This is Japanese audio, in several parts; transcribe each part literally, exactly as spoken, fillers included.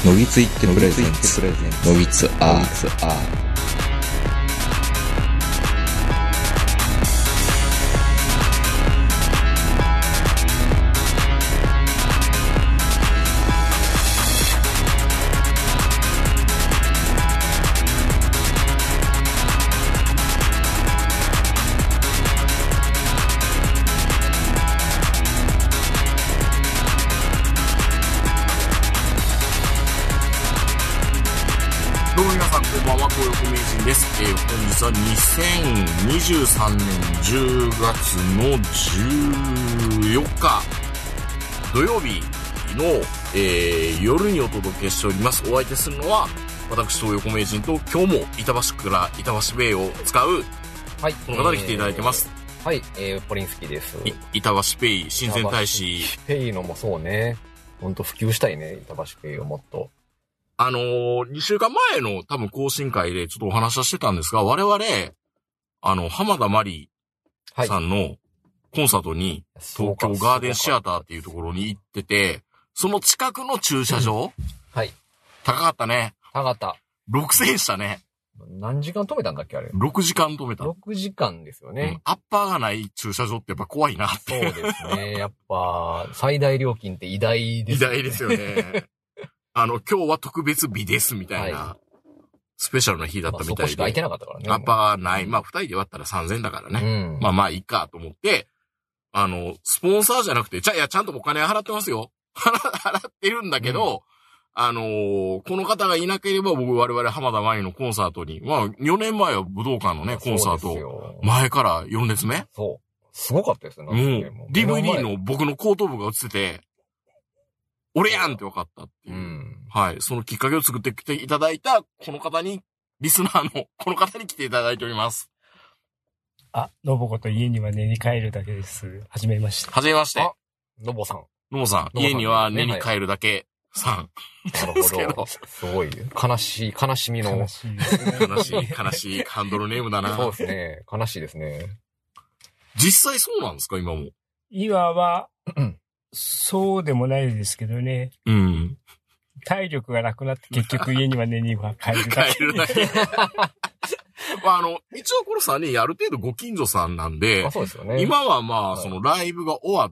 のぎついってプレゼンツのぎつアーです。えー、本日はにせんにじゅうさんねんじゅうがつのじゅうよっか土曜日の、えー、夜にお届けしております。お相手するのは私東横名人と、今日も板橋区から板橋ベイを使うはいこの方に来ていただいてます。 えー、はい、えー、ポリンスキーです。 板橋ペイ親善大使。 ペイのもそうね。ほんと普及したいね、板橋ペイをもっと。 あのー、にしゅうかんまえの多分更新会でちょっとお話はしてたんですが、我々、あの、浜田まりさんのコンサートに、東京ガーデンシアターっていうところに行ってて、その近くの駐車場、 はい。 高かったね。 高かった。 ろくせんえんしたね。 何時間止めたんだっけあれ。 ろくじかん止めた。 ろくじかんですよね。 うん、アッパーがない駐車場ってやっぱ怖いなって。 そうですね。やっぱ、最大料金って偉大ですよね。偉大ですよね。あの、今日は特別日ですみたいな、はい、スペシャルな日だったみたいで。まあ、そこしか空いてなかったからね。 アッパーがない。まあ、二人で割ったらさんぜんえんだからね。うん、まあまあいいかと思って、あの、スポンサーじゃなくて、じゃあ、いや、ちゃんとお金払ってますよ。払ってるんだけど、うん、あのー、この方がいなければ僕我々浜田真理のコンサートに、まあ、よねんまえは武道館のね、コンサート、前からよんれつめそう。すごかったですね。 うん。ディーブイディー の僕の後頭部が映ってて、俺やんって分かったっていう、うん。はい。そのきっかけを作ってきていただいた、この方に、リスナーの、この方に来ていただいております。 あ、のぼこと家には寝に帰るだけです。はじめまして。 はじめまして。 あ、のぼさん。 のぼさん。家には寝に帰るだけさん。 なるほど。すごい。悲しい、悲しみの。 悲しいですね。 悲しい、悲しいハンドルネームだな。 そうですね。悲しいですね。 実際そうなんですか、今も。 今は、そうでもないですけどね。 うん。 体力がなくなって結局家には寝には帰るだけ。 帰るだけ。まあ、あの、一応このさんにんある程度ご近所さんなんで、 あ、そうですよね。 今はまあ、はい、そのライブが終わって、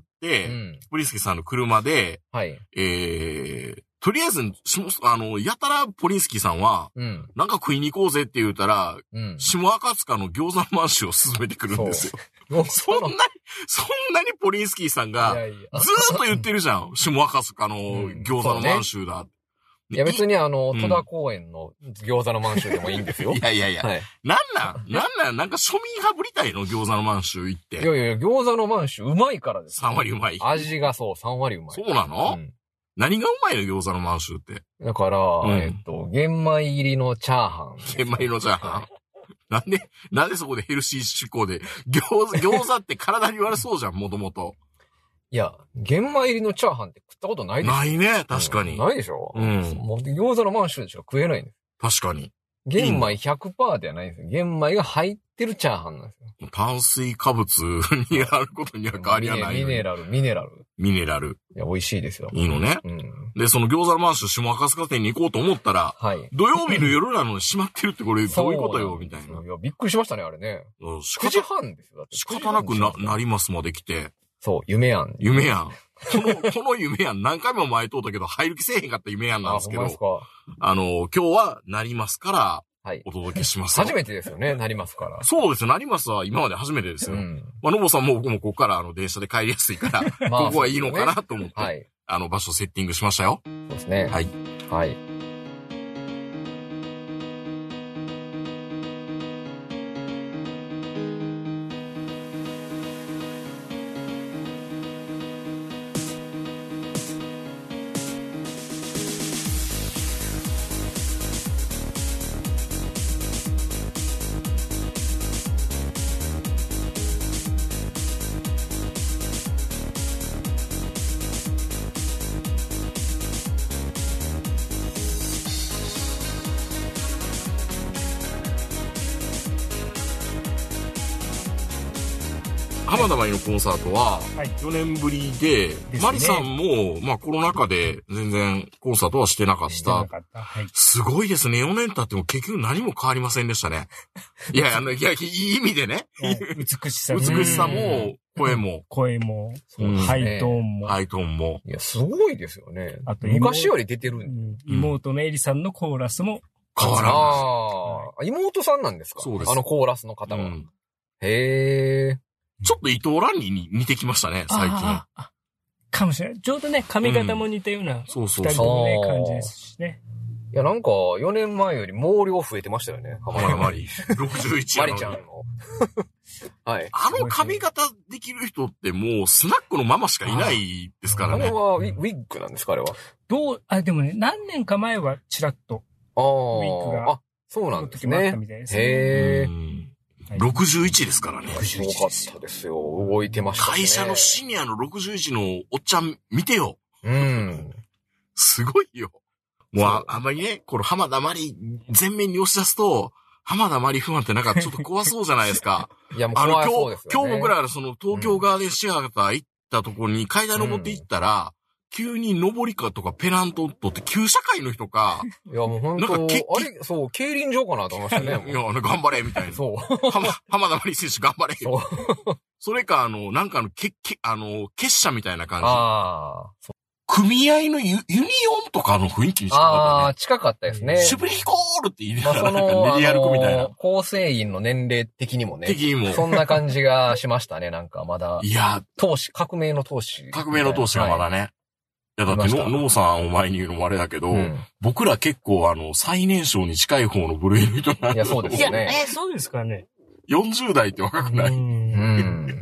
うん、ポリンスキーさんの車で、 はい。 えー、とりあえず、あの、やたらポリンスキーさんは、うん、なんか食いに行こうぜって言うたら、うん、下赤塚の餃子の満州を勧めてくるんですよ。そんなに、そんなにポリンスキーさんが、ずーっと言ってるじゃん。下赤塚の餃子の満州だ。うんいや別にあの、戸田公園の餃子の満州でもいいんですよ。 いやいやいや。はい、なんなんなんなんなんか庶民派ぶりたいの餃子の満州行って。 いやいや餃子の満州うまいからです、 ね。さんわりうまい。 味がそう、さんわりうまい。 そうなの、うん、何がうまいの餃子の満州って。 だから、うん、えっと、玄米入りのチャーハン。 玄米入りのチャーハン。なんで、なんでそこでヘルシー志向で、餃子、餃子って体に悪そうじゃん、もともと。 いや、玄米入りのチャーハンって食ったことないでしょ。 ないね、確かに。 うん、ないでしょ。 うん。 もう餃子の満州でしか食えないんです。 確かに。 玄米 ひゃくパーセント ではないんですよ。玄米が入ってるチャーハンなんですよ。 炭水化物にあることには変わりはない、 ね。ミネラル、ミネラル。 ミネラル。 いや、美味しいですよ。 いいのね。うん。で、その餃子の満州下赤塚店に行こうと思ったら、はい。土曜日の夜なのに閉まってるってこれどういうことよ、みたいな。 いや、びっくりしましたね、あれね。うん。くじはんですよ。だって仕方なくな、なりますまで来て。 そう、夢やん。 夢やん。この、この夢やん、何回も前通ったけど、入る気せえへんかった夢やんなんですけど、あ、あの、今日はなりますから、はい。お届けします。 初めてですよね、なりますから。 そうですよ、なりますは今まで初めてですよ。うん。まあ、のぼさんも僕もここからあの、電車で帰りやすいから、まあ、ここはいいのかなと思って、はい。あの、場所セッティングしましたよ。 そうですね。 はい。 はい。 浜田真理のコンサートはよねんぶりで、はい、マリさんも、まあコロナ禍で全然コンサートはしてなかった。してなかった。はい。すごいですね。よねん経っても結局何も変わりませんでしたね。いや、あの、いや、いい意味でね。 美しさ。 美しさも、声も。 声も、ハイトーンも。 ハイトーンも。 いや、すごいですよね。あと、昔より出てる、うん、 妹のエリさんのコーラスも変わらない。 ああ、妹さんなんですか？ そうです。 あのコーラスの方は。うん、へえ。 ちょっと伊藤蘭里に似てきましたね、最近。 かもしれない。ちょうどね、髪型も似たような、うん、そうそうそう。二人のね、感じですしね。 いや、なんか、よねんまえより毛量増えてましたよね。 浜田マリ。ろくじゅういちマリちゃんの。はい。 あの髪型できる人ってもう、スナックのママしかいないですからね。 あれはウィッグなんですか、あれは。 どう、あ、でもね、何年か前はチラッと。 ああ。ウィッグが。 あ、そうなんですね。 へー。ろくじゅういちですからね。 ろくじゅういちすごかったですよ。動いてましたね。 会社のシニアのろくじゅういちのおっちゃん見てよ。 うん。 すごいよ。もう あ, あんまりね、この浜田マリ全面に押し出すと、浜田マリ不安ってなんかちょっと怖そうじゃないですか。 いやもう怖そうですよね。 今日、今日僕らがその東京ガーデンシアター行ったところに階段登って行ったら、うん、急に上りかとかペナントとって旧社会の人か。 いやもう本当なんかあれ、そう、競輪場かなと思いましたね。 いや、あの、頑張れみたいな。 そう。 浜浜田マリ選手頑張れ。 そう。 それか、あの、なんかあの、け、け、あの、結社みたいな感じ。 ああ。 組合のユ、ユニオンとかの雰囲気に近かったね。 ああ、近かったですね。 シュプリヒコールって言いながら、 まあ、 なんか練り歩くみたいな。 構成員の年齢的にもね。 的にも。 そんな感じがしましたね、なんかまだ。 いや、 闘志、革命の闘志。 革命の闘志がまだね。はい、いや、だっての、ノモさんお前に言うのもあれだけど、うん、僕ら結構あの、最年少に近い方の部類の人なんいや、そうですよね。 えー、そうですかね。 よんじゅう代って若くない？うん。 うん。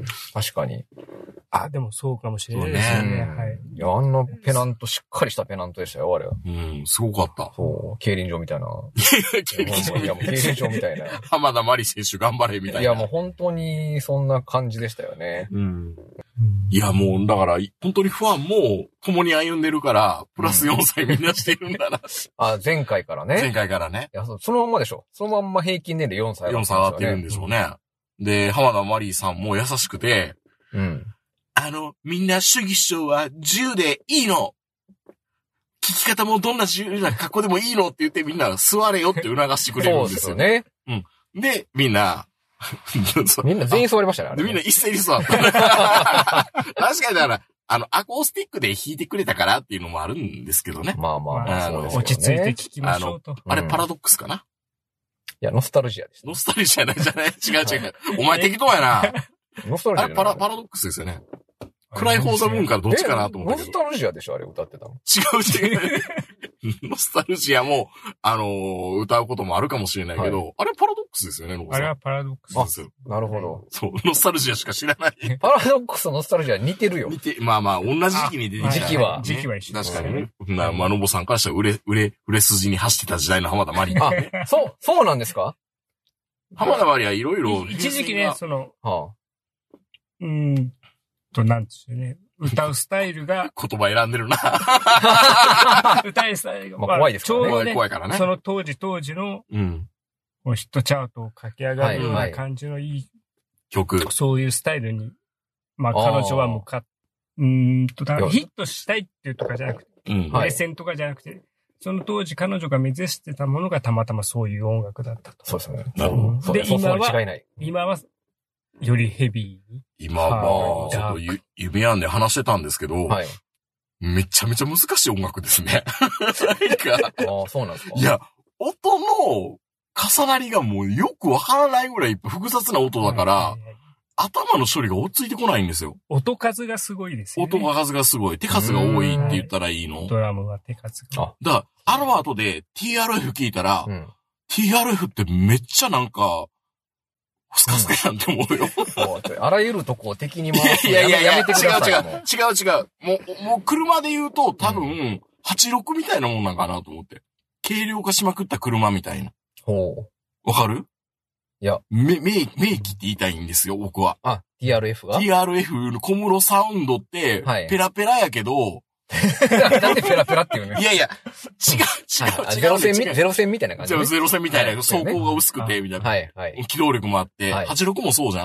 確かに。 あ、でもそうかもしれないですね。ねはい。 いや、あんなペナント、しっかりしたペナントでしたよ、あれは。 うん、すごかった。 そう、競輪場みたいな。 競輪場みたいな。 いや、もう競輪場みたいな。 浜田マリ選手頑張れみたいな。 いや、もう本当にそんな感じでしたよね。 うん。いや、もう、だから、本当にファンも共に歩んでるから、プラスよんさいみんなしてるんだな。 あ、前回からね。 前回からね。 いや、そのまんまでしょ。そのまんま平均年齢よんさい、 ね。よんさい上がってるんでしょうね。で、浜田マリさんも優しくて、 うん。 あの、みんな主義主張は自由でいいの。聞き方もどんな自由な格好でもいいのって言ってみんな座れよって促してくれるんですよ。 そうですよね。 うん。で、みんな、 みんな全員座りましたね。 で、みんな一斉に座った。確かにだから、あの、アコースティックで弾いてくれたからっていうのもあるんですけどね。 まあまあまあ、 あの、落ち着いて聞きましょうと。 あれパラドックスかな、 いや、ノスタルジアです、 ね。ノスタルジアないじゃない違う違う。お前適当やな。 ノスタルジア。 あれパラ、パラドックスですよね。クライフォーザムーンからどっちかなと思ったけど。 ノスタルジアでしょあれ歌ってたの。 違う違う。ノスタルジアも、あのー、歌うこともあるかもしれないけど、はい、あれパラドックスですよね、 あれはパラドックスですよ。 なるほど。 そう、ノスタルジアしか知らない。 パラドックスとノスタルジア似てるよ。 似て、まあまあ、同じ時期に出てきた、 ね。時期は。 時期は一緒確かにね。まあ、まあ、ノボさんからしたら売れ、売れ、売れ筋に走ってた時代の浜田マリ。 あ、そう、そうなんですか？ 浜田マリはいろいろ。 一時期ね、その、 はあ、うーんと、なんですよね。歌うスタイルが。 言葉選んでるな。 歌いスタイルが。 まあ、怖いですからね。 ちょうどね、 怖いからね。 その当時当時の、 うん。 ヒットチャートを駆け上がるような感じのいい曲。 そういうスタイルに、まあ彼女は向かっ、うーんと、だからヒットしたいっていうとかじゃなくて、 うん。 目線とかじゃなくて、その当時彼女が目指してたものがたまたまそういう音楽だったと。 そうですね。 なるほど。 で、今は、 違いない。 今は、よりヘビーに。 今は、ちょっとゆ夢やんで話してたんですけど、 はい。 めちゃめちゃ難しい音楽ですね。なんか、 ああ、そうなんですか。 いや、音の重なりがもうよくわからないぐらい複雑な音だから、はいはいはい、頭の処理が追っついてこないんですよ。 音数がすごいですよね。 音数がすごい。手数が多いって言ったらいいの。 ドラムは手数が。 あ、だから、あの後で ティーアールエフ 聞いたら、 うん、 ティーアールエフ ってめっちゃなんか、スカスカやんって思うよ。 あらゆるとこを敵に回すのいやいやいや、 やめてください。 違う違う。違う違う。もう、もう車で言うと多分、うん、はちじゅうろくみたいなもんなんかなと思って。軽量化しまくった車みたいな。 ほう。わかる？ いや。 め、名、名機って言いたいんですよ、僕は。 あ、ティーアールエフ が ?ティーアールエフ の小室サウンドって、ペラペラやけど、はいなんでペラペラっていうの？ いやいや、違う、違う、違う。 ゼロ戦み、ゼロ戦みたいな感じ、 ね。ゼロ戦みたいな、走行が薄くて、みたいな。 はい、はい。 機動力もあって、はい、はちじゅうろくもそうじゃん？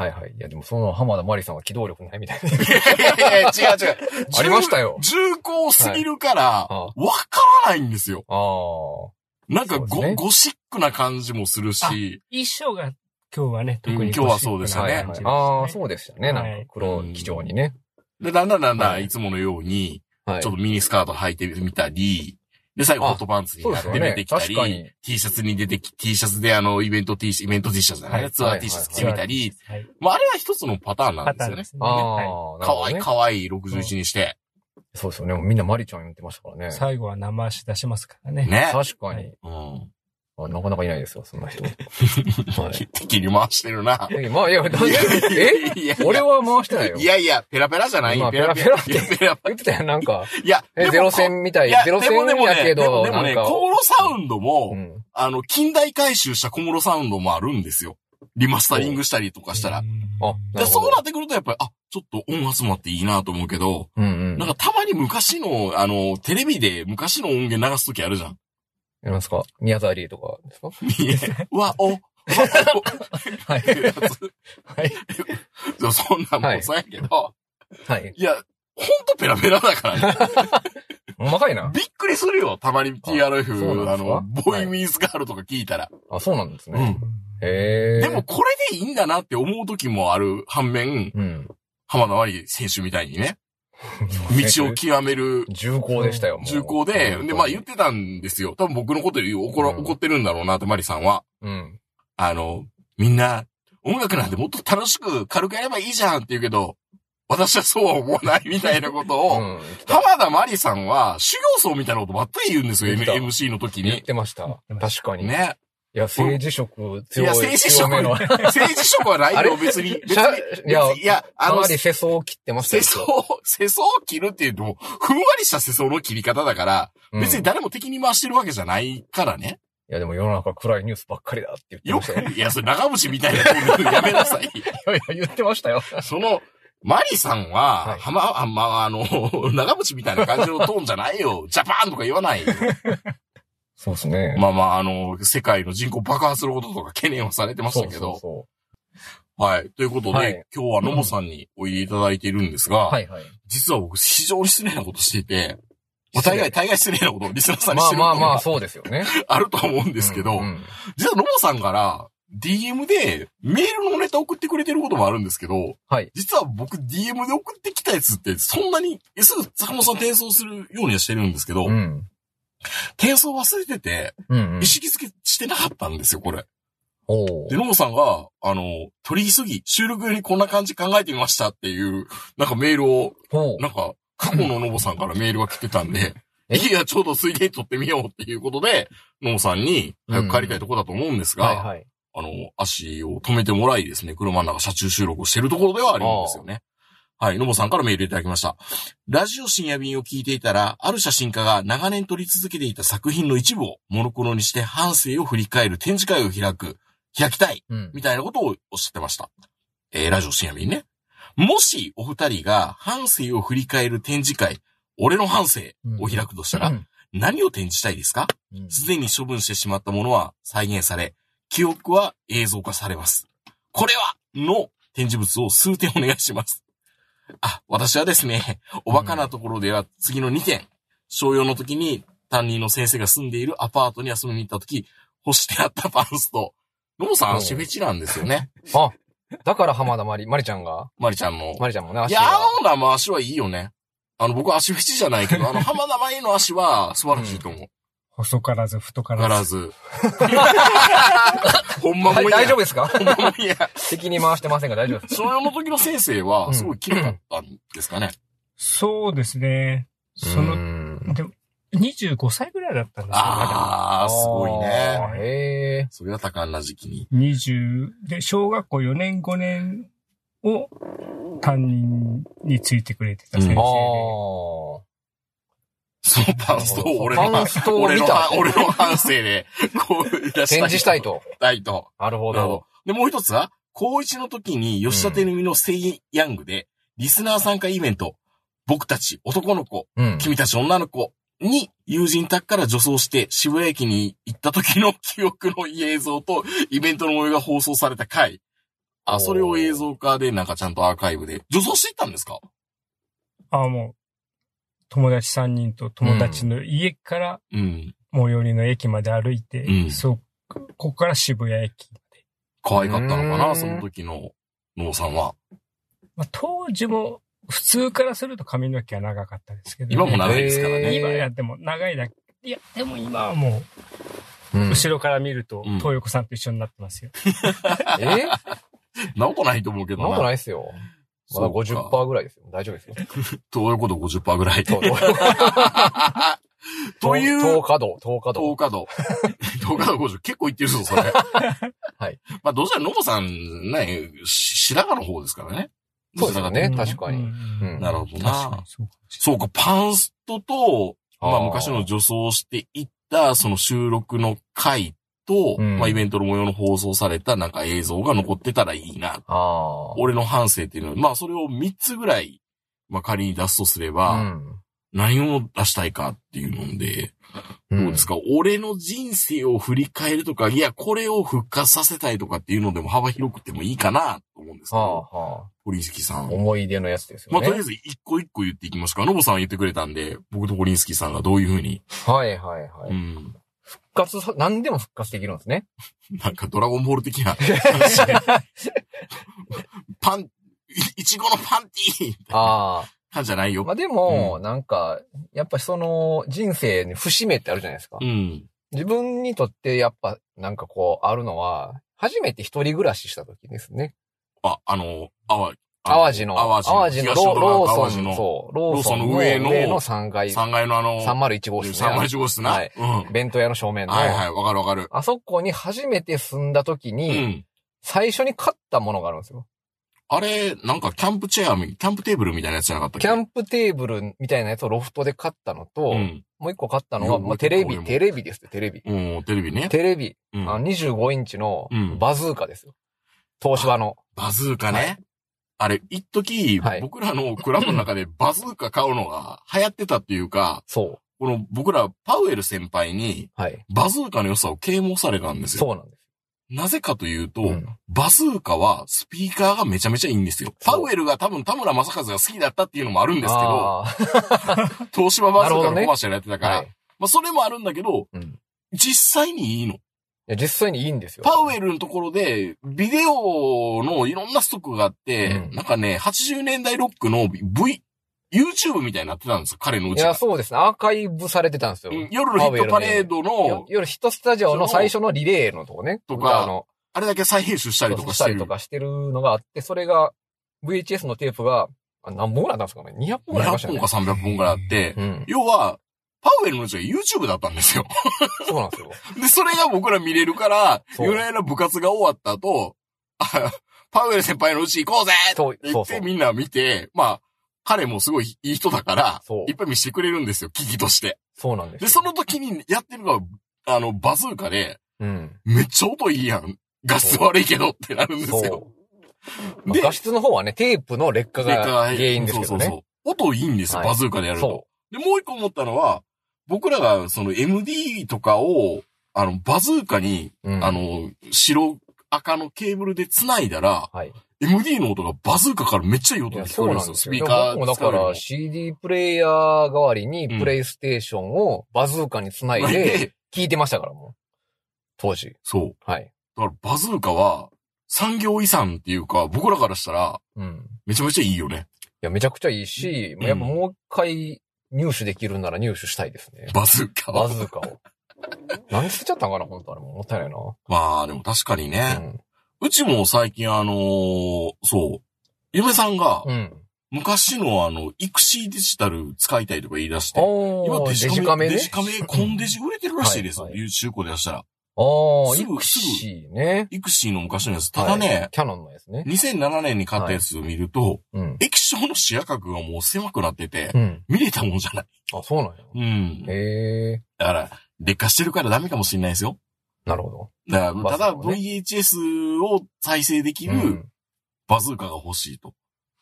はいはい。いや、でもその浜田まりさんは機動力ないみたいな。 いやいやいや、違う違う。 ありましたよ。 重厚すぎるから、わからないんですよ。 ああ。 なんかゴ、ね、ゴシックな感じもするし。 衣装が今日はね、特に、 うん、今日はそうでしたね。 ねああ、そうでしたね。なんか黒基調にね。 で、だんだんだんだんいつものように、はい、ちょっとミニスカート履いてみたり、で、最後ホットパンツになって出てきたり、ね、T シャツに出てき、T シャツであの、イベント T シャツ、イベント T シャツじゃない、はい、ツアー T シャツ着てみたり、はい、まあ、あれは一つのパターンなんですよね。ああ、かわいいかわいいろくじゅういちにして。 そうですよね。みんなマリちゃん言ってましたからね。 最後は生足出しますからね。 ね。 確かに。うん。あ、なかなかいないですよ、そんな人。 はい。敵に回してるな。 まあ、いや、えいや俺は回してないよ。 いやいや、ペラペラじゃないよ。 ペラペラって言ってたよ、なんか。 いや、 え、ゼロ戦みたい。ゼロ戦やけど、 でもね、小室サウンドも、あの、近代回収した小室サウンドもあるんですよ。リマスタリングしたりとかしたら。あ、そうなってくるとやっぱり、あ、ちょっと音圧もあっていいなと思うけど、なんかたまに昔の、あの、テレビで昔の音源流すときあるじゃん。 やりますか宮沢りえとかですかうわ、お、わ、お。はい。はい。そんなんもそうやけど。はい。いや、ほんとペラペラだからね。 ほんまかいな。 びっくりするよ。たまに ティーアールエフ、あの、ボーイミーズガールとか聞いたら。 あ、そうなんですね。うん。へえ。 でもこれでいいんだなって思う時もある反面、うん、浜田真理選手みたいにね。道を極める。 重厚でしたよ。 重厚で、で、まあ言ってたんですよ。多分僕のことより怒ら、うん、怒ってるんだろうなってマリさんは。うん。あの、みんな、音楽なんてもっと楽しく軽くやればいいじゃんって言うけど、私はそうは思わないみたいなことを、うん、浜田真理さんは修行僧みたいなことばっかり言うんですよ、エムシー の時に。 言ってました。確かに。 ね。 いや、政治色強い。 いや、政治色、政治色はないよ、別に。別に。 いや、いや、あの、かなり世相を切ってましたよ。 世相、世相を切るっていうと、ふんわりした世相の切り方だから、うん、別に誰も敵に回してるわけじゃないからね。 いや、でも世の中暗いニュースばっかりだって言ってましたよ。 いや、それ長渕みたいなトーンやめなさい。いやいや、言ってましたよ。 その、マリさんは、はい、はま、あ、まあ、あの、長渕みたいな感じのトーンじゃないよ。ジャパンとか言わない。 そうですね。 まあまあ、あの、世界の人口爆発することとか懸念はされてましたけど。そうそうそうはい。ということで、はい、今日は野茂さんにおいでいただいているんですが、はいはい、実は僕非常に失礼なことしていて、まあ、大概、大概失礼なことをリスナーさんにしてるまあまあまあ、そうですよね。 あると思うんですけど、うんうん、実は野茂さんから、ディーエム でメールのネタ送ってくれてることもあるんですけど、はい。実は僕 ディーエム で送ってきたやつってそんなに、すぐ坂本さん転送するようにはしてるんですけど、うん。転送忘れてて、うんうん、意識付けしてなかったんですよ、これ。おで、野茂さんが、あの、取り急ぎ、収録よりこんな感じ考えてみましたっていう、なんかメールを、なんか、過去の野茂さんからメールが来てたんで、いや、ちょうど水源取ってみようっていうことで、野茂さんに早く帰りたいところだと思うんですが、うんはいはいあの、足を止めてもらいですね、車の中車中収録をしているところではあるんですよね。はい、野茂さんからメールいただきました。ラジオ深夜便を聞いていたら、ある写真家が長年撮り続けていた作品の一部をモノクロにして半生を振り返る展示会を開く、開きたい、うん、みたいなことをおっしゃってました。えー、ラジオ深夜便ね。もしお二人が半生を振り返る展示会、俺の半生を開くとしたら、うん、何を展示したいですか？すで、うん、に処分してしまったものは再現され、記憶は映像化されます。これはの展示物を数点お願いします。あ、私はですね、おバカなところでは次のにてん。小よんの時に担任の先生が住んでいるアパートに遊びに行った時、干してあったパンスと、野茂さん足フェチなんですよね。 あ、だから浜田まり、まりちゃんがまりちゃんの。 まりちゃんもね、足が。いや、あの生足はいいよね。あの、僕は足フェチじゃないけど、あの浜田まりの足は素晴らしいと思う。うん細からず、太からず。 からず。ほんまもんや。 大丈夫ですか？ ほんまもんや。 敵に回してませんが大丈夫ですか？ その時の先生は、すごい綺麗だったんですかね、うん、 そうですね。その、でも、にじゅうごさいぐらいだったんですよ。 ああ、すごいね。へえ。それは多感な時期に。 にじゅう、で、小学校よねんごねんを担任についてくれてた先生で。うん、ああ。 そのパンストを俺の、俺の、俺の反省で、こう、出したい。 展示したいと。 したいと。 なるほど。 で、もう一つは、高一の時に吉田照美のセイヤングで、リスナー参加イベント、僕たち男の子、うん、君たち女の子に友人宅から女装して渋谷駅に行った時の記憶の映像とイベントの模様が放送された回。 あ、それを映像化でなんかちゃんとアーカイブで。女装していったんですか？ あ、もう、友達さんにんと友達の家から、うん。最寄りの駅まで歩いて、うん、そう、ここから渋谷駅まで。 可愛かったのかな、その時のノーさんは。 まあ、当時も、普通からすると髪の毛は長かったですけど、ね。 今も長いですからね。 今やっても長いだけ。いや、でも今はもう、うん、後ろから見ると、東横さんと一緒になってますよ。 えなことないと思うけどな。 なことないっすよ。まだ ごじゅっパーセント ぐらいですよ。大丈夫ですよ。 東横と ごじゅっパーセント ぐらい。という。 東華道、東華道。 東華道。東華道ごじゅう。結構行ってるぞ、それ。はい。まあ、どうしたらノボさん、ね、白髪の方ですからね。 そうですよね、確かに。うん、なるほどな。そうか、そうか、パンストと、まあ昔の女装していったその収録の回と、うん、まあイベントの模様の放送されたなんか映像が残ってたらいいな。あ俺の反省っていうのは、まあそれをみっつぐらい、まあ仮に出すとすれば、うん、何を出したいかっていうので、どうですか、うん、俺の人生を振り返るとか、いや、これを復活させたいとかっていうのでも幅広くてもいいかなと思うんですけど、はあはあ、ポリンスキーさん。 思い出のやつですよね。 まあ、とりあえず一個一個言っていきますか。ノボさんは言ってくれたんで、僕とポリンスキーさんがどういうふうに。 はいはいはい。うん、復活さ、何でも復活できるんですね。 なんかドラゴンボール的な。パン、いちごのパンティーみたいな。ああ。じゃないよ。 まあでも、うん、なんか、やっぱその人生に節目ってあるじゃないですか。うん。自分にとってやっぱなんかこうあるのは、初めて一人暮らしした時ですね。 あ、あの、あわ、 淡路の、淡路のローソンの、 そう、 ローソンの上の、 上のさんがい。 さんがいのあの、 さんまるいち号室ね。 さんまるいち号室な。はい。 うん。弁当屋の正面の。 はいはい、わかるわかる。 あそこに初めて住んだ時に、うん、最初に買ったものがあるんですよ。 あれ、なんかキャンプチェア、キャンプテーブルみたいなやつじゃなかったっけ？ キャンプテーブルみたいなやつをロフトで買ったのと、うん、もう一個買ったのは、まあ、テレビ、テレビですよ、テレビ。 うん、テレビね。 テレビ。うん、あのにじゅうごインチのバズーカですよ。東芝の。 バズーカね。はい、あれ、一時、はい、僕らのクラブの中でバズーカ買うのが流行ってたっていうか、そう。この僕らパウエル先輩に、バズーカの良さを啓蒙されたんですよ。 そうなんです。 なぜかというと、うん、バズーカはスピーカーがめちゃめちゃいいんですよ。パウエルが多分田村正和が好きだったっていうのもあるんですけど、東芝バズーカのコマーシャルやってたから、ねはい、まあそれもあるんだけど、うん、実際にいいの。 いや、実際にいいんですよ。 パウエルのところで、ビデオのいろんなストックがあって、うん、なんかね、はちじゅうねんだいロックの V、YouTube みたいになってたんですよ、彼のうちが。 いや、そうですね。アーカイブされてたんですよ。うん、 夜のヒットパレードの、 夜ヒットスタジオの最初のリレーのとこね。 とか、あの、あれだけ再編集したりとかしてる。 したりとかしてるのがあって、それが、ブイエイチエス のテープが、何本ぐらいあったんですかね ?にひゃっぽんぐらいありましたね。 にひゃっぽんかさんびゃっぽんぐらいあって、うん、要は、パウエルのうちが YouTube だったんですよ。 そうなんですよ。 で、それが僕ら見れるから、夜な夜な部活が終わった後、パウエル先輩のうち行こうぜって言ってみんな見て、まあ、彼もすごいいい人だから、いっぱい見せてくれるんですよ、機器として。 そうなんです。 で、その時にやってるのが、あの、バズーカで、うん、めっちゃ音いいやん。画質悪いけどってなるんですよ。 で、画質の方はね、テープの劣化が原因ですけどね。そうそうそう。 音いいんですよ、はい、バズーカでやると。で、もう一個思ったのは、僕らがその エムディー とかを、あの、バズーカに、うん、あの、白赤のケーブルで繋いだら、はい、エムディー の音がバズーカからめっちゃいい音が聞こえるんですよ、スピーカー。 僕もだから シーディー プレイヤー代わりにプレイステーションをバズーカに繋いで聞いてましたからもう。当時。 そう。はい。だからバズーカは産業遺産っていうか、僕らからしたら、うん、めちゃめちゃいいよね。 いや、めちゃくちゃいいし、うん、やっぱもう一回入手できるなら入手したいですね。 バズーカを。バズーカを。なんで捨てちゃったんかな、本当あれも。もったいないな。 まあ、でも確かにね。うんうちも最近あのー、そう、嫁さんが、うん、昔のあの、イクシーデジタル使いたいとか言い出して、今デジカメ、デジカメ、コンデジ売れてるらしいですよ、中古で出したら。 ああ、イクシーね。 イクシーの昔のやつ。ただね、はい、 キャノンのやつね。 にせんななねんに買ったやつを見ると、はいうん、液晶の視野角がもう狭くなってて、うん、見れたもんじゃない。 あ、そうなんや。 うん。へえ。だから、劣化してるからダメかもしれないですよ。 なるほど。 だから、ただ ブイエイチエス を再生できるバズーカが欲しいと。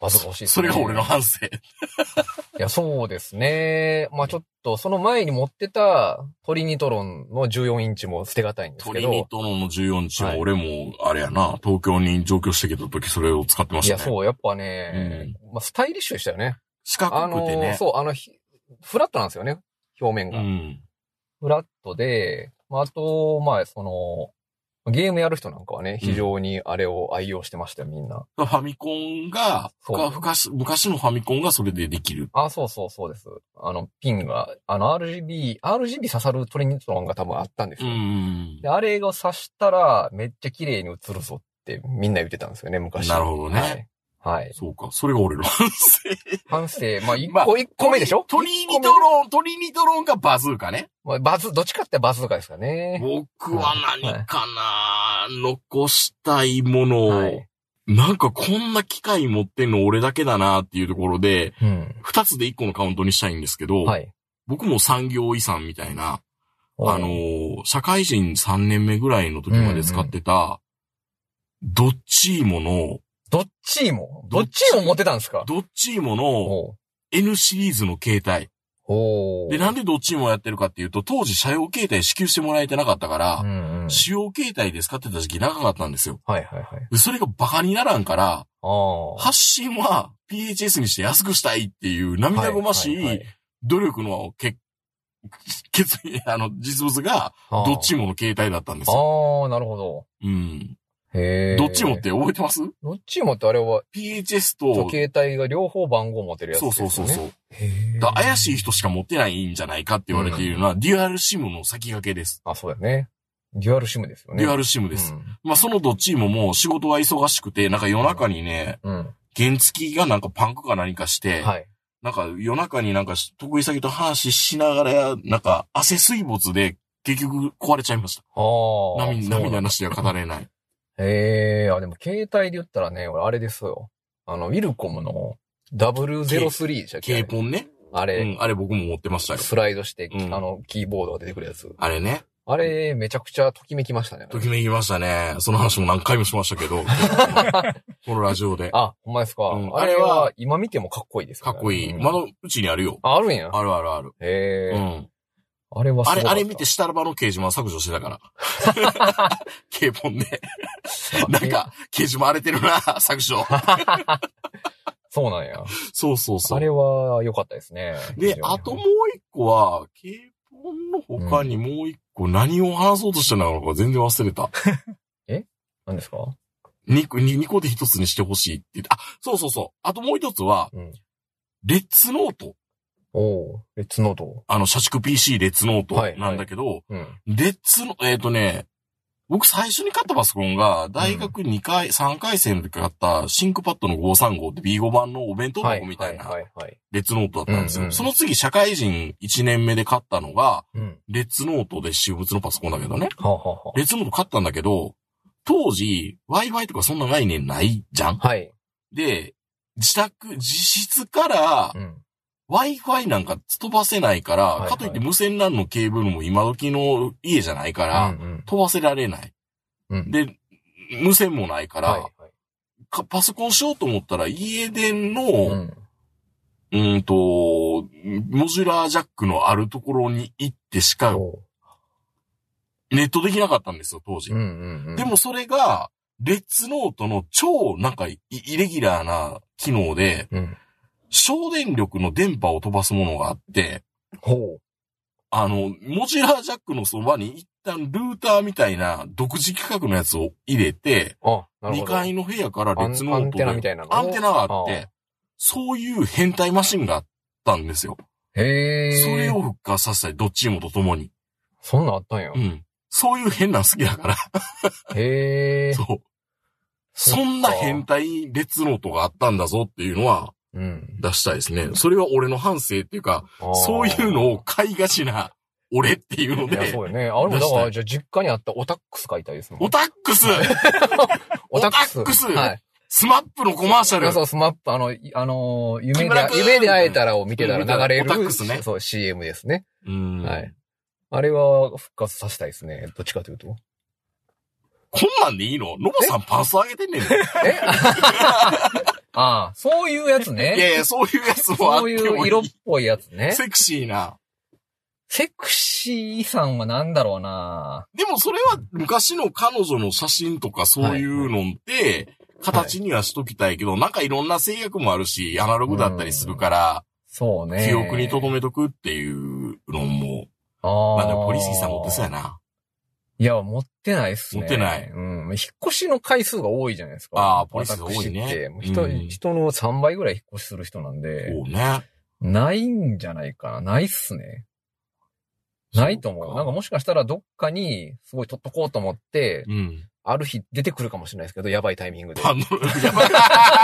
バズが欲しいですね。それが俺の反省。 いや、そうですね。まあちょっと、その前に持ってたトリニトロンのじゅうよんインチも捨てがたいんですけど。 トリニトロンのじゅうよんインチは俺も、あれやな、はい、東京に上京してきた時それを使ってましたね。 いや、そう、やっぱね、うん、まあスタイリッシュでしたよね。 四角くてね。 あの、そう、あの、フラットなんですよね、表面が。うん、フラットで、まああと、まあその、ゲームやる人なんかはね、非常にあれを愛用してましたよ、みんな。 ファミコンが、昔、昔のファミコンがそれでできる。 あ、そうそうそうです。あの、ピンが、あの、アールジービー、アールジービー 刺さるトリニトロンが多分あったんですよ。うん。で、あれが刺したら、めっちゃ綺麗に映るぞってみんな言ってたんですよね、昔。 なるほどね。 はい。はい。 そうか。それが俺の反省。 反省。まあ、一個、一個目でしょ？ トリニトロン、トリニトロンがバズーカね。 まあ、バズ、どっちかってバズーカですかね。 僕は何かな、はい、残したいものを、はい、なんかこんな機械持ってんの俺だけだなっていうところで、うん、二つで一個のカウントにしたいんですけど、はい、僕も産業遺産みたいな、あのー、社会人さんねんめぐらいの時まで使ってた、どっちーもの、 どっちーもどっちーも持ってたんですか？ どっちーもの N シリーズの携帯。で、なんでどっちもやってるかっていうと、当時車用携帯支給してもらえてなかったから、うんうん、使用携帯で使ってた時期長かったんですよ。はいはいはい。で、それがバカにならんから、発信は ピーエイチエス にして安くしたいっていう涙ぐましい努力の結、決意、あの、実物が、どっちもの携帯だったんですよ。 ああ、なるほど。 うん。へー。どっちもって覚えてます？ どっちもってあれはピーエイチエス と携帯が両方番号持てるやつですね。 そうそうそうそう。へー。だ怪しい人しか持ってないんじゃないかって言われているのは、うん、デュアルシムの先駆けです。 あ、そうだね。デュアルシムですよね。 デュアルシムです。うん、まあそのどっちももう仕事が忙しくて、なんか夜中にね、うん、原付がなんかパンクか何かして、はい、なんか夜中になんか得意先と話しながら、なんか汗水没で結局壊れちゃいました。ああ。涙、涙なしでは語れない。 へえ、あ、でも携帯で言ったらね、俺あれですよ。あの、ウィルコムのダブルゼロスリーでしたっけ？ K ポンね。 あれ、 うん、あれ僕も持ってましたよ。 スライドして、うん、あの、キーボードが出てくるやつ。 あれね。 あれ、めちゃくちゃときめきましたね。 ときめきましたね。その話も何回もしましたけど。このラジオで。 あ、ほんまですか。うん、あれは、今見てもかっこいいですよね。かっこいい。うん、まだうちにあるよ。 あ、あるんや。 あるあるある。 へえ。うん。あれはあれ、あれ見て下の場の掲示板削除してたから。K ポンで。なんか、掲示板荒れてるな、削除。 そうなんや。 そうそうそう。 あれは良かったですね。 で、あともう一個は、K ポンの他にもう一個何を話そうとしてたのか全然忘れた。 え？何ですか？ 二個、二個で一つにしてほしいって言って。あ、そうそうそう。あともう一つは、うん、レッツノート。 おー、レッツノート。 あの、社畜 ピーシー レッツノートなんだけど、はいはいうん、レッツの、えっ、ー、とね、僕最初に買ったパソコンが、大学にかい、うん、さんかい生の時買ったシンクパッドのごひゃくさんじゅうごって ビーご 版のお弁当箱みたいな、レッツノートだったんですよ。その次、社会人いちねんめで買ったのが、うん、レッツノートで私物のパソコンだけどね。はあはあ、レッツノート買ったんだけど、当時、Wi-Fi とかそんな概念ないじゃん。はい。で、自宅、自室から、うん、Wi-Fi なんか飛ばせないから、はいはい、かといって無線 ラン のケーブルも今時の家じゃないから、うんうん、飛ばせられない、うん。で、無線もないから、はいはいか、パソコンしようと思ったら家電の、うん、うんと、モジュラージャックのあるところに行ってしか、ネットできなかったんですよ、当時。うんうんうん、でもそれが、レッツノートの超なんかイレギュラーな機能で、うん省電力の電波を飛ばすものがあって、ほう。あの、モジュラージャックのそばに一旦ルーターみたいな独自規格のやつを入れて、あ、なるほど。にかいの部屋から別の音でアンテナみたいなのアンテナがあって、そういう変態マシンがあったんですよ。へー。それを復活させたい、どっちもと共に。 そんなんあったんや。 うん。そういう変なん好きだから。へー。そう。そんな変態列ノートがあったんだぞっていうのは、うん、出したいですね。それは俺の反省っていうか、そういうのを買いがちな俺っていうので。いや、 そうよね。あれもだから、じゃあ実家にあったオタックス買いたいですもん。 オタックスオタックスはい。スマップのコマーシャル。 そう、スマップ、あの、あの、夢で、夢で会えたらを見てたら流れる。オタックスね。そう、シーエム ですね。うん。はい。あれは復活させたいですね。どっちかというと。 こんなんでいいの？ノボさんパンス上げてんねん。えああ、そういうやつね。 いやいや、そういうやつもあってもいい。 そういう色っぽいやつね。 セクシーな。 セクシーさんはなんだろうな。 でもそれは昔の彼女の写真とかそういうのって、形にはしときたいけど、はい、なんかいろんな制約もあるし、アナログだったりするから、 そうね。 記憶に留めとくっていうのも、あまあでもポリスキーさん持ってそうやな。 いや、持ってないっすね。 持ってない。 うん。引っ越しの回数が多いじゃないですか。 ああ、ポリスキー多いね。 人、うん、人のさんばいぐらい引っ越しする人なんで。 そうね。 ないんじゃないかな。ないっすね。ないと思う。なんかもしかしたらどっかにすごい取っとこうと思って、うん、ある日出てくるかもしれないですけど、やばいタイミングで。あの、やばい。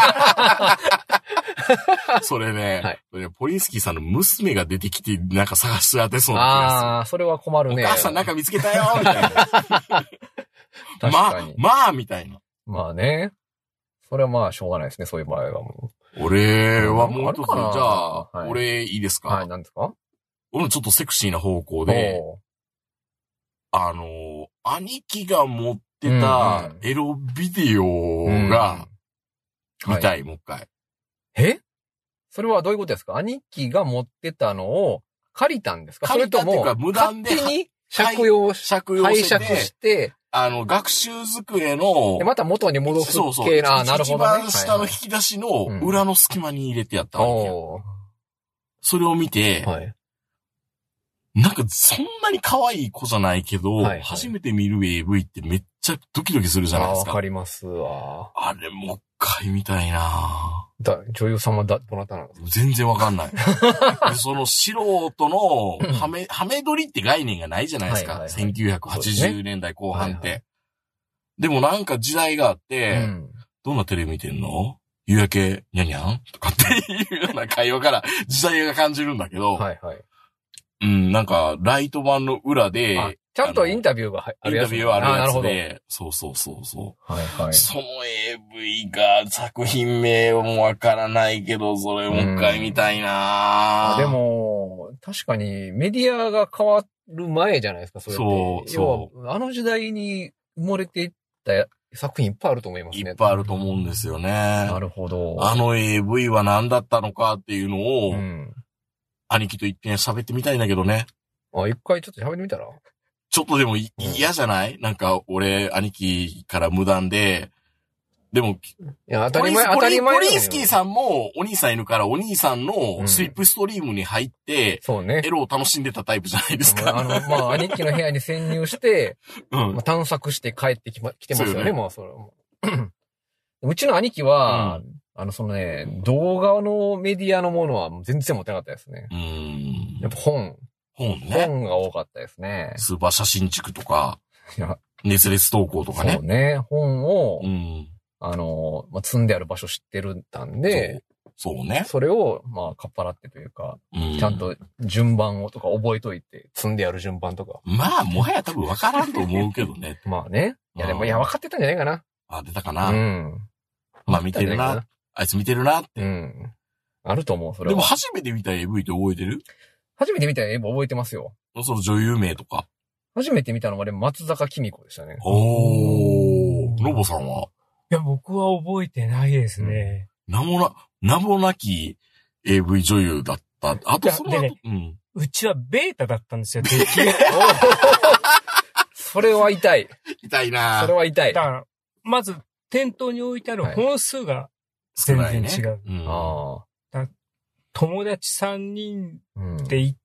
それね、はい、ポリンスキーさんの娘が出てきて、なんか探して当てそうな気がする。 ああ、それは困るね。 お母さんなんか見つけたよみたいな。確かに。まあ、まあ、みたいな。 まあね。それはまあ、しょうがないですね、そういう場合はもう。俺はもう一つ、じゃあ、はい、俺いいですか？ はい、何ですか？ 俺もちょっとセクシーな方向で、あの、兄貴が持ってたエロビデオが見たい、もう一回。 え？それはどういうことですか？兄貴が持ってたのを借りたんですか？それとも、無断で勝手に借用し、 借用して、拝借して、 あの、学習机の、 また元に戻す系な、 そうそう、 なるほど、ね。 一番下の引き出しの裏の隙間に入れてやったわけよ。うん、それを見て、はい、なんかそんなに可愛い子じゃないけど、はいはい、初めて見る エーブイ ってめっちゃドキドキするじゃないですか。 わかりますわ。 あれもう一回見たいなだ、女優さんはだ、どなたなんですか？ 全然わかんない。その素人のハメ、ハメ撮りって概念がないじゃないですか。はいはいはい、せんきゅうひゃくはちじゅうねんだいこう半って。でねはいはい、でもなんか時代があって、うん、どんなテレビ見てんの？夕焼けにゃにゃんとかっていうような会話から時代が感じるんだけど、はいはいうん、なんか、ライト版の裏で、 ちゃんとインタビューがあるやつ。 インタビューあるやつで、そうそうそうそう。はいはい。その エーブイ が作品名もわからないけど、それもう一回見たいなぁ。でも、確かにメディアが変わる前じゃないですか、それって。そうそう。あの時代に埋もれていった作品いっぱいあると思いますね。 いっぱいあると思うんですよね。 なるほど。 あの エーブイ は何だったのかっていうのを、うん兄貴と一遍喋ってみたいんだけどね。 あ、一回ちょっと喋ってみたら？ ちょっとでも嫌じゃない、うん、なんか、俺、兄貴から無断で、でも、いや、当たり前、当たり前。 ポリンスキーさんも、お兄さんいるから、お兄さんのスリップストリームに入って、うん、そうね。エロを楽しんでたタイプじゃないですか。 あの、まあ、兄貴の部屋に潜入して、うん。まあ、探索して帰ってきま、来てますよね、もう、それも。うちの兄貴は、うんあの、そのね、動画のメディアのものは全然持ってなかったですね。うん。やっぱ本。 本ね。 本が多かったですね。 スーパー写真地区とか、いや熱烈投稿とかね。 そうね。本を、うん、あの、まあ、積んである場所知ってるたんで、 そう、そうね。 それを、まあ、かっぱらってというか、うん、ちゃんと順番をとか覚えといて、積んである順番とか。 まあ、もはや多分分からんと思うけどね。 まあね。いや、でも、いや、分かってたんじゃないかな。 あ、出たかな。うん。まあ、見てるな。あいつ見てるなって。うん。 あると思う、それは。 でも初めて見た エーブイ って覚えてる？ 初めて見た エーブイ 覚えてますよ。 その女優名とか。 初めて見たのは、ね、松坂紀美子でしたね。 おー。ロボさんは？ いや、僕は覚えてないですね。 名もな、名もなき エーブイ 女優だった。あとその後、ね、 うん。うちはベータだったんですよ、出来それは痛い。 痛いな。 それは痛い。 だから、まず、店頭に置いてある本数が、はい全然違う。ねうん、あ友達さんにんで行って、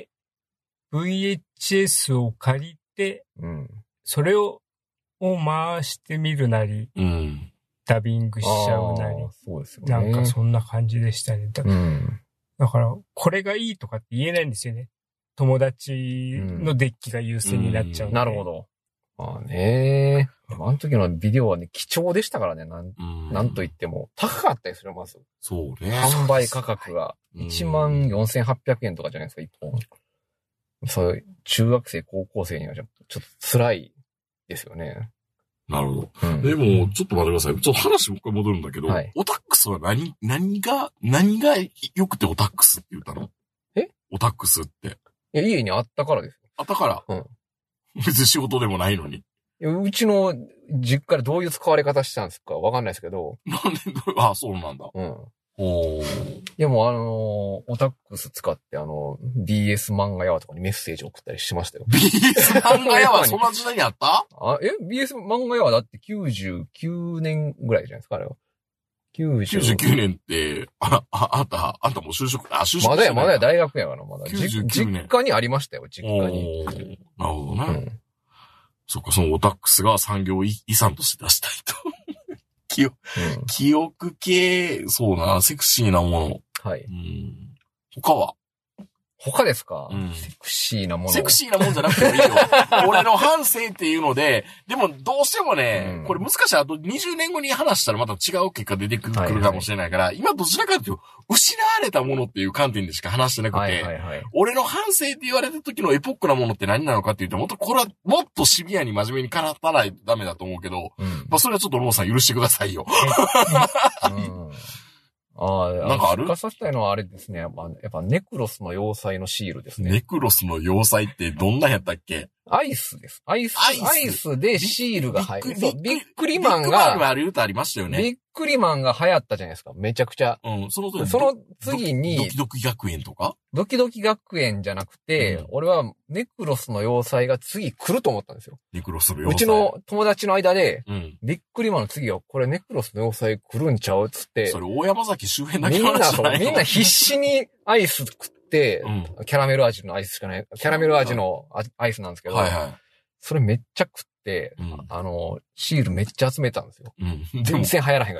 うん、ブイエイチエス を借りて、うん、それをを回してみるなり、うん、ダビングしちゃうなり、 そうですよね、 なんかそんな感じでしたね。だ, うん、だから、これがいいとかって言えないんですよね。友達のデッキが優先になっちゃう、うんうん。なるほど。まあね。あの時のビデオはね、貴重でしたからね、なん、なんと言っても。高かったですよ、まず。 そうね。 販売価格がいちまんよんせんはっぴゃくえんとかじゃないですか、いっぽん。そういう、中学生、高校生にはちょっと、ちょっと辛いですよね。 なるほど。うん、でも、ちょっと待ってください。ちょっと話もう一回戻るんだけど、はい、オタックスは何、何が、何が良くてオタックスって言ったの？え？オタックスって。 いや、家にあったからですよ。 あったから？うん。別に仕事でもないのに。 うちの実家でどういう使われ方してたんですかわかんないですけど。 なんで、あ、そうなんだ。 うん。 おでもあの、オタックス使ってあの、ビーエス 漫画屋とかにメッセージ送ったりしましたよ。 ビーエス 漫画屋はそんな時代にあったあ、え ?ビーエス 漫画屋はだってきゅうじゅうきゅうねんぐらいじゃないですか、あれは。きゅうじゅうきゅうじゅうきゅうねんって、あ、あ、あんた、あんたもう就職、あ、就職まだや、まだや、大学やから、まだ。 きゅうじゅうきゅうねん実家にありましたよ、実家に。 なるほどね。 うん、 そっか、そのオタックスが産業遺産として出したいと。記憶、うん、記憶系、そうな、セクシーなもの。 はい。 うん、他は他ですか、 うん、 セクシーなもの。 セクシーなもんじゃなくてもいいよ。俺の反省っていうので、でもどうしてもね、うん、これ難しい。あとにじゅうねんごに話したらまた違う結果出てくる、はいはい、かもしれないから、今どちらかというと、失われたものっていう観点でしか話してなくて、はいはいはい、俺の反省って言われた時のエポックなものって何なのかっていうと、もっとこれはもっとシビアに真面目に語らないとダメだと思うけど、うん、まあそれはちょっとローさん許してくださいよ。 うんああ、なんかある？復活させたいのはあれですね。やっぱ、やっぱネクロスの要塞のシールですね。 ネクロスの要塞ってどんなやったっけ？ アイスです。アイス、アイス、アイスでシールが入る。 ビッビックリマンが、ビックリマンがある歌ありましたよね。 ビックリマンが流行ったじゃないですか。めちゃくちゃ。 うん、その時その次に、 ドキドキ学園とか？ ドキドキ学園じゃなくて、うん、俺はネクロスの要塞が次来ると思ったんですよ。 ネクロスの要塞。 うちの友達の間で、 うん、 ビックリマンの次はこれネクロスの要塞来るんちゃうっつって。 それ大山崎周辺だけの話じゃないの？みんなそう、みんな必死にアイス食って、うん、キャラメル味のアイスしかない。キャラメル味のアイスなんですけど、 はいはい、 それめっちゃ食って、うん、あの、シールめっちゃ集めたんですよ。 うん、 全然流行らへんかった。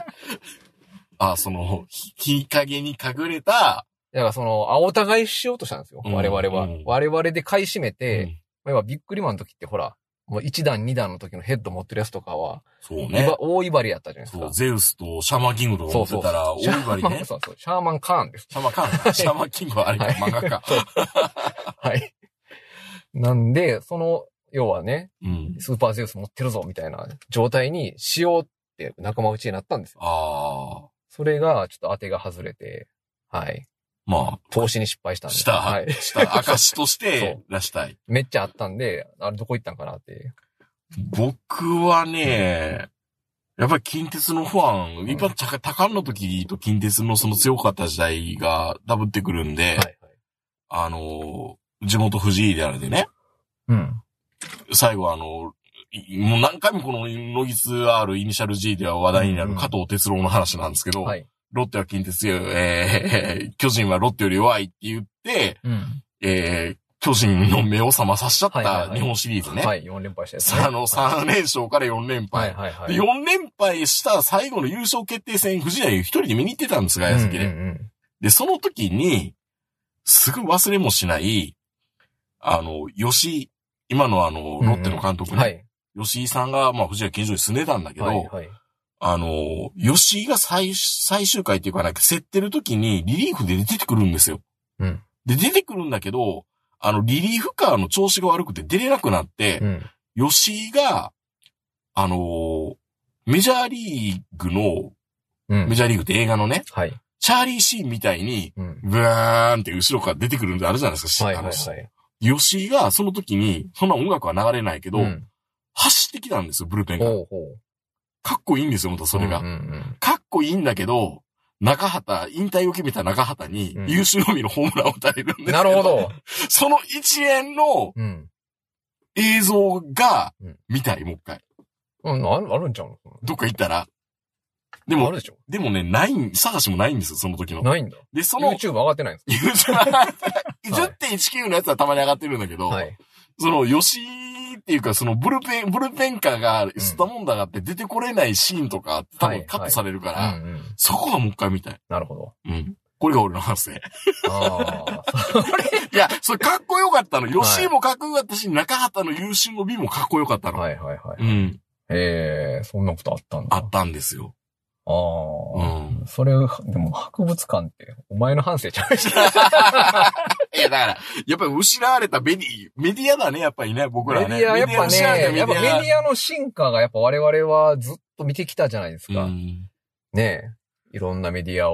あ、その、日陰に隠れた、 だからその、あ、お互いしようとしたんですよ。我々は。うん、我々で買い占めて、うん、要はビックリマンの時ってほら、もういちだんにだんの時のヘッド持ってるやつとかは、 そうね。 大威張りやったじゃないですか。 そう、ゼウスとシャーマンキングとか持ってたら、大威張りね。 そうそう、シャーマンカーンです。 シャーマンカーン。シャーマンキングはあれか、はい、漫画か。 はい。なんで、その、要はね、 うん、 スーパーゼウス持ってるぞ、みたいな状態にしようって仲間内になったんですよ。 ああ。 それが、ちょっと当てが外れて、はい。 まあ。 投資に失敗したんで。 した。 はい。 した。証として出したい。 めっちゃあったんで、あれどこ行ったんかなって。 僕はね、やっぱり近鉄のファン、一般多感の時と近鉄のその強かった時代がダブってくるんで、はいはい、あの、地元藤井であれでね。 うん。 最後あの、もう何回もこのノギス R イニシャル G では話題になる加藤哲郎の話なんですけど、うんはい、ロッテは近鉄強い、えー、巨人はロッテより弱いって言って、 うん、 えー、巨人の目を覚まさせちゃった日本シリーズね。 はい、はいはい、よん連敗したやつね。 あの、さん連勝からよん連敗。 はいはいはい、 でよん連敗した最後の優勝決定戦、藤井一人で見に行ってたんですが、矢崎で、 うんうんうん。 で、その時に、すぐ忘れもしない、あの、吉、今のあの、ロッテの監督ね。うんうんはい吉井さんが、まあ、藤谷球場に住んでたんだけど、 はいはい、 あの、吉井が最、最終回っていうかなんか、競ってる時にリリーフで出てくるんですよ。 うん。 で、出てくるんだけど、あの、リリーフカーの調子が悪くて出れなくなって、 うん、 吉井が、あの、メジャーリーグの、 うん、 メジャーリーグって映画のね、 はい、 チャーリーシーンみたいに、 うん、 ブーンって後ろから出てくるんであるじゃないですか、 はいはいはい、 吉井がその時に、そんな音楽は流れないけど、 うん走ってきたんですよ、ブルペンが。 ほうほうかっこいいんですよ、またそれが、 うんうんうん。 かっこいいんだけど、中畑、引退を決めた中畑に、優秀のみのホームランを打たれるんですけど、うん、 なるほど。 その一連の映像が見たい、もう一回。 うん、ある、あるんちゃうのどっか行ったら。でも、 あるでしょでもね、ない、探しもないんですよ、その時の。 ないんだ。 で、その。 YouTube 上がってないんですか ?YouTube 上がってない。じゅってんいちきゅう のやつはたまに上がってるんだけど、 はい、 その、吉井っていうか、その、ブルペン、ブルペンカーが、吸ったもんだがって出てこれないシーンとか、多分カットされるから、 はいはいうんうん、 そこはもう一回見たい。 なるほど。 うん。これが俺の反省。 ああ。それいや、それかっこよかったの。吉井もかっこよかったし、はい、中畑の優秀の美もかっこよかったの。 はいはいはい。 うん。 へえ、そんなことあったんだ。 あったんですよ。 ああ。うん。それ、でも博物館って、お前の反省ちゃうし。 いや、だから、やっぱり失われたメディ、メディアだね、やっぱりね、僕らね。 メディア、やっぱね、やっぱメディアの進化がやっぱ我々はずっと見てきたじゃないですか。 うん、 ねえ。いろんなメディアを。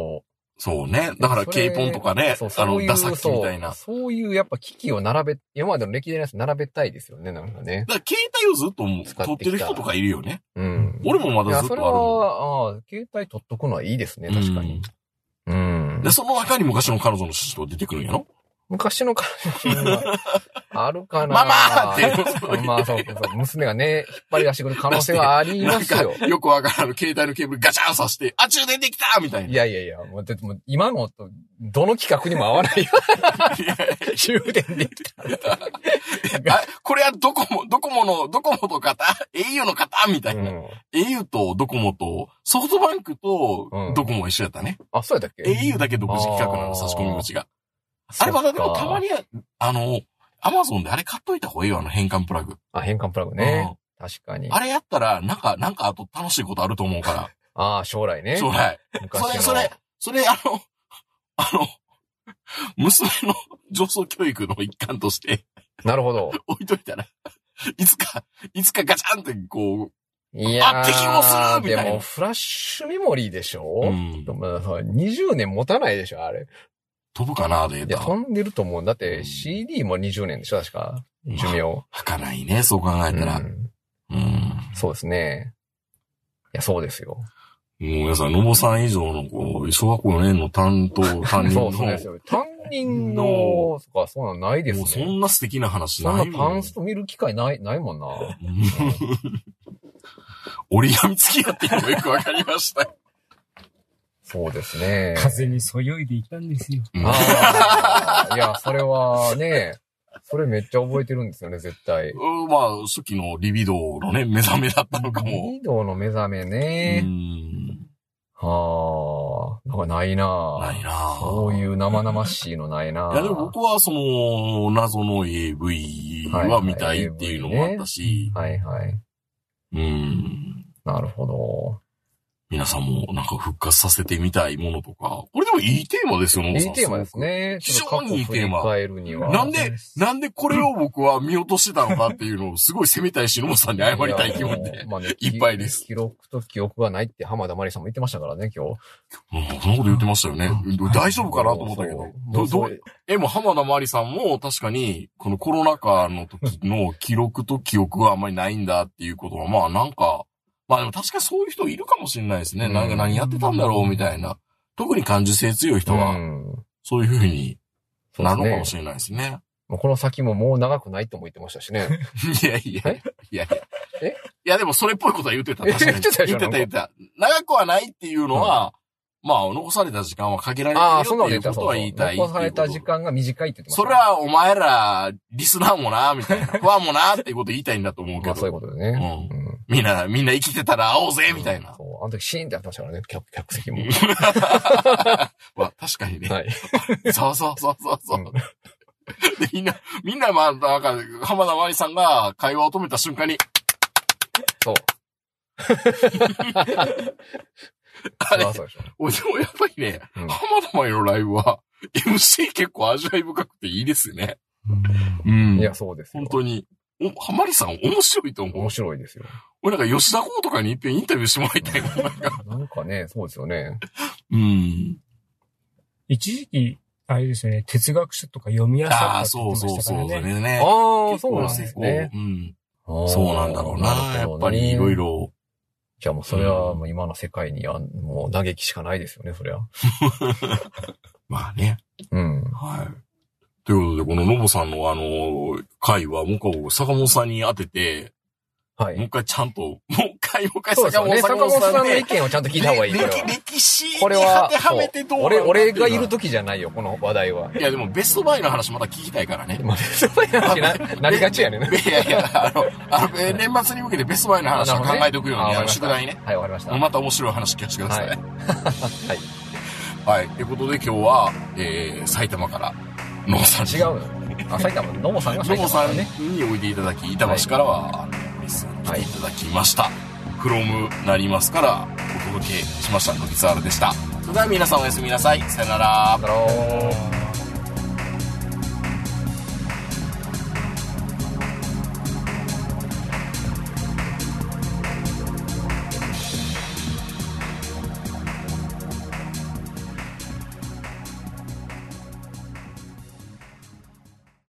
そうね。だから、K ポンとかね、そうそうあの、ダサッキみたいなそう。そういうやっぱ機器を並べ、今までの歴代のやつ並べたいですよね、なんかね。 だから携帯をずっと取ってる人とかいるよね。 うん。 俺もまだずっとあるもん。いや、それは、ああ、携帯取っとくのはいいですね、確かに。うん。うん、 で、その中に昔の彼女の写真とか出てくるんやろ？ 昔の彼女は、あるかなママーって。 まあそうそうそう。娘がね、引っ張り出してくる可能性はありますよ。 よくわからん携帯のケーブルガチャン刺して、あ、充電できたみたいな。 いやいやいや、もう、もう今の、どの企画にも合わないよ。充電できた。 あ、これはドコモ、ドコモの、ドコモと方 エーユー の方みたいな、うん。エーユー とドコモと、ソフトバンクとドコモ一緒やったね。 うん、あ、そうやったっけ ?エーユー だけ独自企画なの、差し込み口が。あれまだでもたまに、あの、アマゾンであれ買っといた方がいいよ、あの変換プラグ。 あ、変換プラグね。うん、確かに。 あれやったら、なんか、なんかあと楽しいことあると思うから。 ああ、将来ね。 将来。それ、それ、それ、あの、あの、娘の上層教育の一環として。 なるほど。 置いといたら、いつか、いつかガチャンってこう、 いやー、 あ、適合するみたいな。 でも、フラッシュメモリーでしょ？うん。にじゅうねん持たないでしょ、あれ。 飛ぶかな、データ。 いや、飛んでると思う。だって シーディー もにじゅうねんでしょ、確か。寿命。 はかないね、そう考えたら。うん。 うん、そうですね。いや、そうですよ。 もう皆さん、のぼさん以上の、こう、小学校よねんの担当、担任の。 そうですよ。担任の、そっか、そんなんないですね。もうそんな素敵な話ないもん。 そんなパンスト見る機会ない、ないもんな。 折り紙付きやっていうのもよくわかりました。 そうですね。 風にそよいでいたんですよ。 ああ、いや、それはね、それめっちゃ覚えてるんですよね、絶対。 うん、まあ、初期のリビドーのね、目覚めだったのかも。 リビドーの目覚めね。うん。はあ、なんかないなないなそういう生々しいのないないや、でも僕はその、謎の エーブイ は見たいっていうのもあったし。 はいはい。 うん。 なるほど。 皆さんもなんか復活させてみたいものとか。これでもいいテーマですよ、 野茂さん。いいテーマですね。 非常にいいテーマ。 にはなんで、なんでこれを僕は見落としてたのかっていうのをすごい責めたいし、野茂さんに謝りたい気分で、まあね、いっぱいです。 記録と記憶がないって浜田真理さんも言ってましたからね、今日。 うん、そんなこと言ってましたよね。大丈夫かなと思ったけど。ど、ど、え、もう浜田真理さんも確かに、このコロナ禍の時の記録と記憶はあんまりないんだっていうことは、まあなんか、まあでも確かにそういう人いるかもしれないですね。なんか何やってたんだろうみたいな。特に感受性強い人は、そういう風になるのかもしれないですね。 もうこの先ももう長くないとも言ってましたしね。 いやいや、いやいや。えいやでもそれっぽいことは言ってた。確かに。言ってた言ってた言ってた。長くはないっていうのは、まあ、残された時間は限られてるよっていうことは言いたい。 残された時間が短いって言ってました。 それはお前ら、リスナーもな、みたいな。ファンもな、っていうこと言いたいんだと思うけど。まあそういうことでね。 うん。みんな、みんな生きてたら会おうぜ、みたいな。 そう。あの時シーンってやってましたからね、客、客席も。 まあ、確かにね。 はい。 そうそうそうそうそう。で、みんな、みんなまあ、なんか、浜田真理さんが会話を止めた瞬間に。 そう。 あれ、俺でもやっぱりね、うん、浜田真理のライブは、エムシー 結構味わい深くていいですよね。 うん。いや、そうですよ。 本当に。お、浜理さん面白いと思う。 面白いですよ。 俺なんか吉田鋼とかに一遍インタビューしてもらいたいな。 なんかね、そうですよね。 うん。 一時期、あれですよね、哲学書とか読みやすかったって言ってましたからね。 ああ、そうそうそうね。 ああ、そうなんですね。 うん。そうなんだろうな。やっぱりいろいろ。 じゃあもうそれはもう今の世界にはもう嘆きしかないですよね、それは。 まあね。 うん。 はい。ということで、このノボさんのあの、回はもう一回坂本さんに当てて、はい。もう一回ちゃんと、もう一回、もう一回坂本さん、ね、 坂本さんの意見をちゃんと聞いた方がいい。 歴、歴史に当てはめてどうなのか。 俺、俺がいる時じゃないよ、この話題は。 いや、でもベストバイの話また聞きたいからね。 まあ、ベストバイの話な、なりがちやねんな。 いやいや、あの、あの、年末に向けてベストバイの話を考えておくように、あの、宿題ね。 はい、わかりました。 また面白い話聞かせてください。はい。はい。ということで今日は、えー、埼玉から、ノボさん。 違うのあ、埼玉、ノボさんが埼玉からね。 ノボさんにおいていただき、板橋からは、レッスン来ていただきました。フロムなりますから、お届けしました。のびつあるでした。それでは皆さんおやすみなさい。さよなら。 さよなら。